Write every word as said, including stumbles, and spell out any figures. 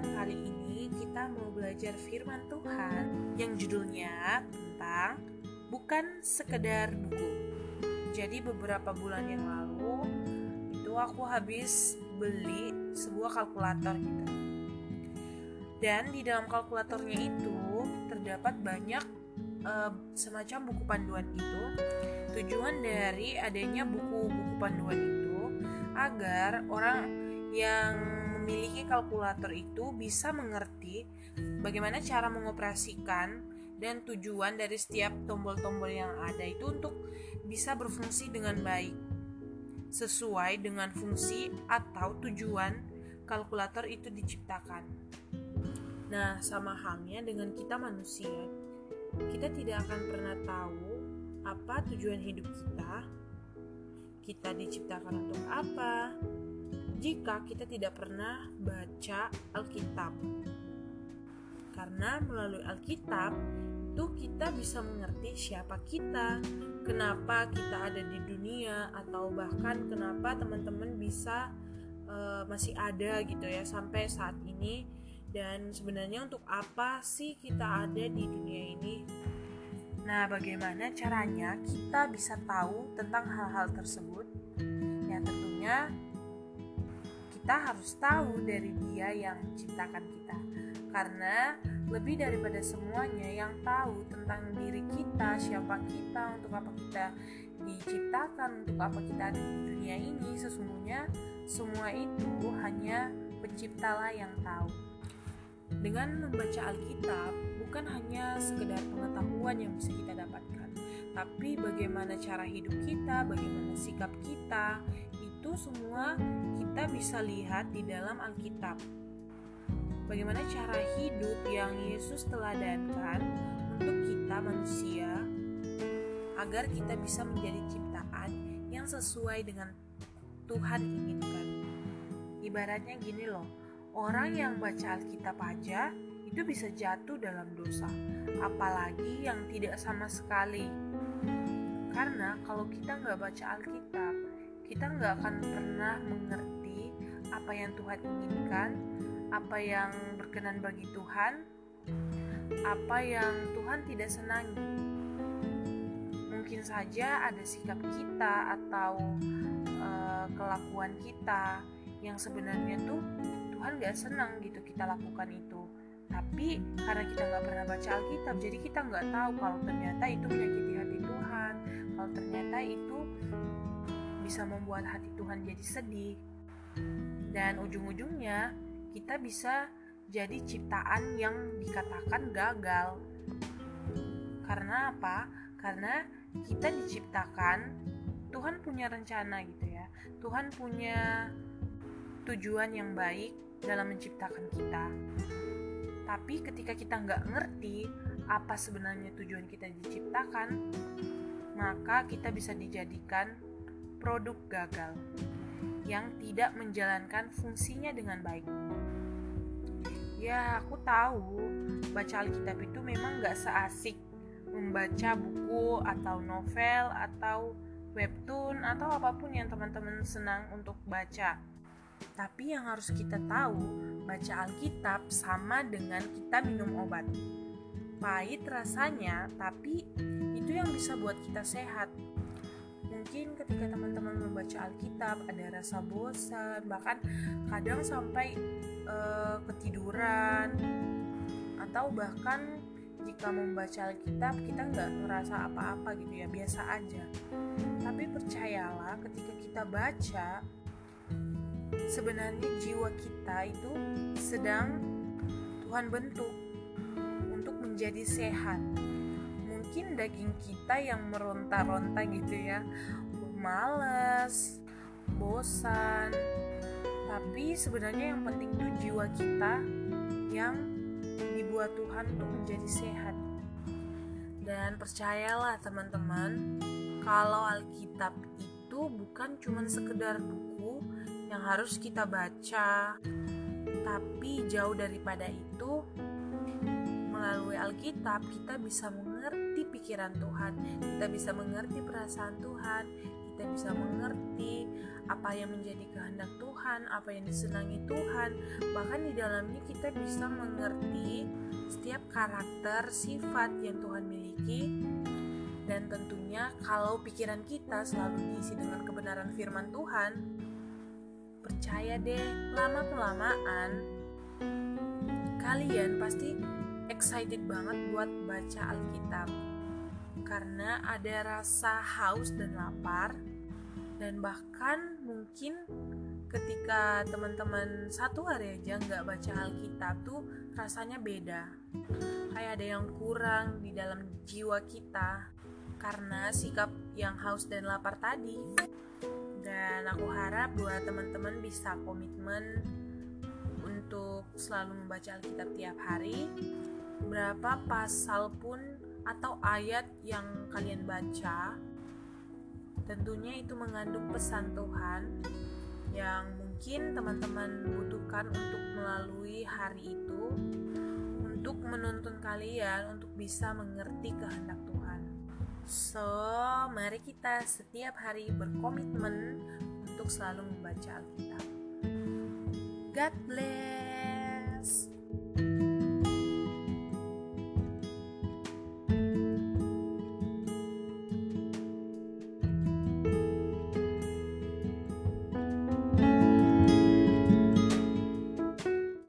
kali ini kita mau belajar firman Tuhan yang judulnya tentang bukan sekedar buku. Jadi beberapa bulan yang lalu itu aku habis beli sebuah kalkulator gitu. Dan di dalam kalkulatornya itu terdapat banyak uh, semacam buku panduan itu. Tujuan dari adanya buku-buku panduan itu agar orang yang memiliki kalkulator itu bisa mengerti bagaimana cara mengoperasikan dan tujuan dari setiap tombol-tombol yang ada itu untuk bisa berfungsi dengan baik sesuai dengan fungsi atau tujuan kalkulator itu diciptakan. Nah, sama halnya dengan kita manusia, kita tidak akan pernah tahu apa tujuan hidup kita. Kita diciptakan untuk apa jika kita tidak pernah baca Alkitab. Karena melalui Alkitab itu kita bisa mengerti siapa kita, kenapa kita ada di dunia, atau bahkan kenapa teman-teman bisa uh, masih ada gitu ya sampai saat ini, dan sebenarnya untuk apa sih kita ada di dunia ini. Nah, bagaimana caranya kita bisa tahu tentang hal-hal tersebut? Ya tentunya kita harus tahu dari Dia yang menciptakan kita. Karena lebih daripada semuanya yang tahu tentang diri kita, siapa kita, untuk apa kita diciptakan, untuk apa kita ada di dunia ini, sesungguhnya semua itu hanya Penciptalah yang tahu. Dengan membaca Alkitab bukan hanya sekedar pengetahuan yang bisa kita dapatkan, tapi bagaimana cara hidup kita, bagaimana sikap kita, itu semua kita bisa lihat di dalam Alkitab. Bagaimana cara hidup yang Yesus teladankan untuk kita manusia agar kita bisa menjadi ciptaan yang sesuai dengan Tuhan inginkan. Ibaratnya gini loh, orang yang baca Alkitab aja itu bisa jatuh dalam dosa, apalagi yang tidak sama sekali. Karena kalau kita nggak baca Alkitab, kita nggak akan pernah mengerti apa yang Tuhan inginkan, apa yang berkenan bagi Tuhan, apa yang Tuhan tidak senangi. Mungkin saja ada sikap kita atau uh, kelakuan kita yang sebenarnya tuh Tuhan gak senang gitu kita lakukan itu. Tapi karena kita gak pernah baca Alkitab, jadi kita gak tahu kalau ternyata itu menyakiti hati Tuhan, kalau ternyata itu bisa membuat hati Tuhan jadi sedih. Dan ujung-ujungnya kita bisa jadi ciptaan yang dikatakan gagal. Karena apa? Karena kita diciptakan, Tuhan punya rencana gitu ya. Tuhan punya tujuan yang baik dalam menciptakan kita. Tapi ketika kita nggak ngerti apa sebenarnya tujuan kita diciptakan, maka kita bisa dijadikan produk gagal yang tidak menjalankan fungsinya dengan baik. Ya, aku tahu baca Alkitab itu memang gak seasik membaca buku atau novel atau webtoon atau apapun yang teman-teman senang untuk baca. Tapi yang harus kita tahu, baca Alkitab sama dengan kita minum obat. Pahit rasanya, tapi itu yang bisa buat kita sehat. Mungkin ketika teman-teman membaca Alkitab ada rasa bosan, bahkan kadang sampai uh, ketiduran, atau bahkan jika membaca Alkitab kita nggak ngerasa apa-apa gitu ya, biasa aja. Tapi percayalah, ketika kita baca, sebenarnya jiwa kita itu sedang Tuhan bentuk untuk menjadi sehat. Mungkin daging kita yang meronta-ronta gitu ya, malas, bosan, tapi sebenarnya yang penting itu jiwa kita yang dibuat Tuhan untuk menjadi sehat. Dan percayalah teman-teman, kalau Alkitab itu bukan cuma sekedar buku yang harus kita baca, tapi jauh daripada itu. Melalui Alkitab kita bisa mengerti pikiran Tuhan, kita bisa mengerti perasaan Tuhan, kita bisa mengerti apa yang menjadi kehendak Tuhan, apa yang disenangi Tuhan. Bahkan di dalamnya kita bisa mengerti setiap karakter, sifat yang Tuhan miliki. Dan tentunya kalau pikiran kita selalu diisi dengan kebenaran firman Tuhan, percaya deh, lama-kelamaan kalian pasti excited banget buat baca Alkitab. Karena ada rasa haus dan lapar. Dan bahkan mungkin ketika teman-teman satu hari aja gak baca Alkitab tuh rasanya beda. Kayak ada yang kurang di dalam jiwa kita karena sikap yang haus dan lapar tadi. Dan aku harap buat teman-teman bisa komitmen untuk selalu membaca Alkitab tiap hari. Berapa pasal pun atau ayat yang kalian baca, tentunya itu mengandung pesan Tuhan yang mungkin teman-teman butuhkan untuk melalui hari itu, untuk menuntun kalian untuk bisa mengerti kehendak Tuhan. So, mari kita setiap hari berkomitmen untuk selalu membaca Alkitab. God bless.